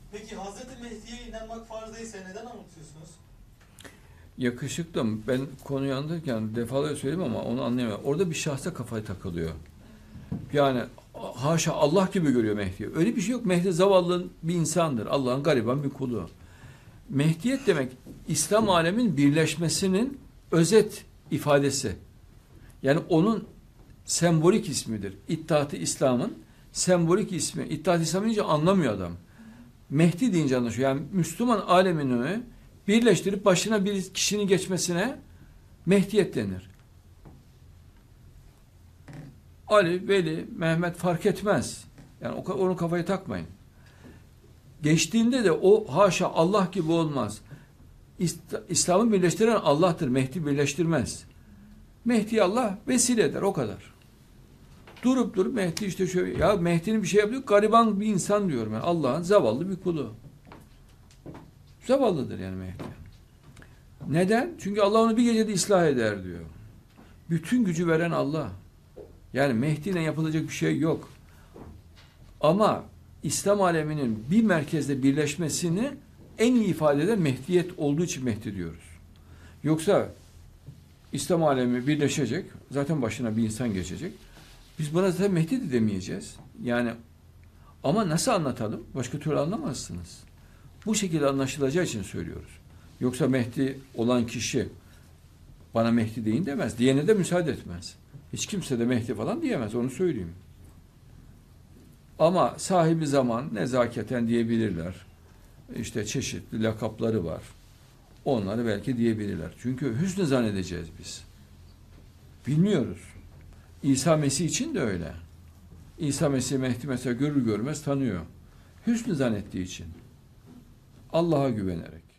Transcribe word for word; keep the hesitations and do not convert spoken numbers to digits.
Peki Hazreti Mehdi'ye inanmak farz değilse neden anlatıyorsunuz? Yakışıklım, ben konuyu anlatırken defalarca söyledim ama onu anlayamıyorum. Orada bir şahsa kafaya takılıyor. Yani haşa Allah gibi görüyor Mehdi. Öyle bir şey yok. Mehdi zavallı bir insandır. Allah'ın gariban bir kulu. Mehdiyet demek İslam alemin birleşmesinin özet ifadesi. Yani onun sembolik ismidir. İttihat-ı İslam'ın sembolik ismi. İttihat-ı İslam deyince anlamıyor adam. Mehdi deyince anlaşıyor. Yani Müslüman alemini birleştirip başına bir kişinin geçmesine Mehdiyet denir. Ali, Veli, Mehmet fark etmez. Yani onu kafaya takmayın. Geçtiğinde de o haşa Allah gibi olmaz. İslam'ı birleştiren Allah'tır. Mehdi birleştirmez. Mehdi Allah vesile eder. O kadar. Durup durup Mehdi işte şöyle. Ya Mehdi'nin bir şey yapıyor. Gariban bir insan diyorum. Yani Allah'ın zavallı bir kulu. Zavallıdır yani Mehdi. Neden? Çünkü Allah onu bir gecede ıslah eder diyor. Bütün gücü veren Allah. Yani Mehdi'yle yapılacak bir şey yok. Ama İslam aleminin bir merkezde birleşmesini en iyi ifade eden Mehdiyet olduğu için Mehdi diyoruz. Yoksa İslam alemi birleşecek, zaten başına bir insan geçecek. Biz buna zaten Mehdi de demeyeceğiz. Yani ama nasıl anlatalım? Başka türlü anlamazsınız. Bu şekilde anlaşılacağı için söylüyoruz. Yoksa Mehdi olan kişi bana Mehdi deyin demez. Diyene de müsaade etmez. Hiç kimse de Mehdi falan diyemez. Onu söyleyeyim. Ama sahibi zaman nezaketen diyebilirler. İşte çeşitli lakapları var. Onları belki diyebilirler. Çünkü hüsnü zannedeceğiz biz. Bilmiyoruz. İsa Mesih için de öyle. İsa Mesih Mehdi mesela görür görmez tanıyor. Hüsnü zannettiği için. Allah'a güvenerek.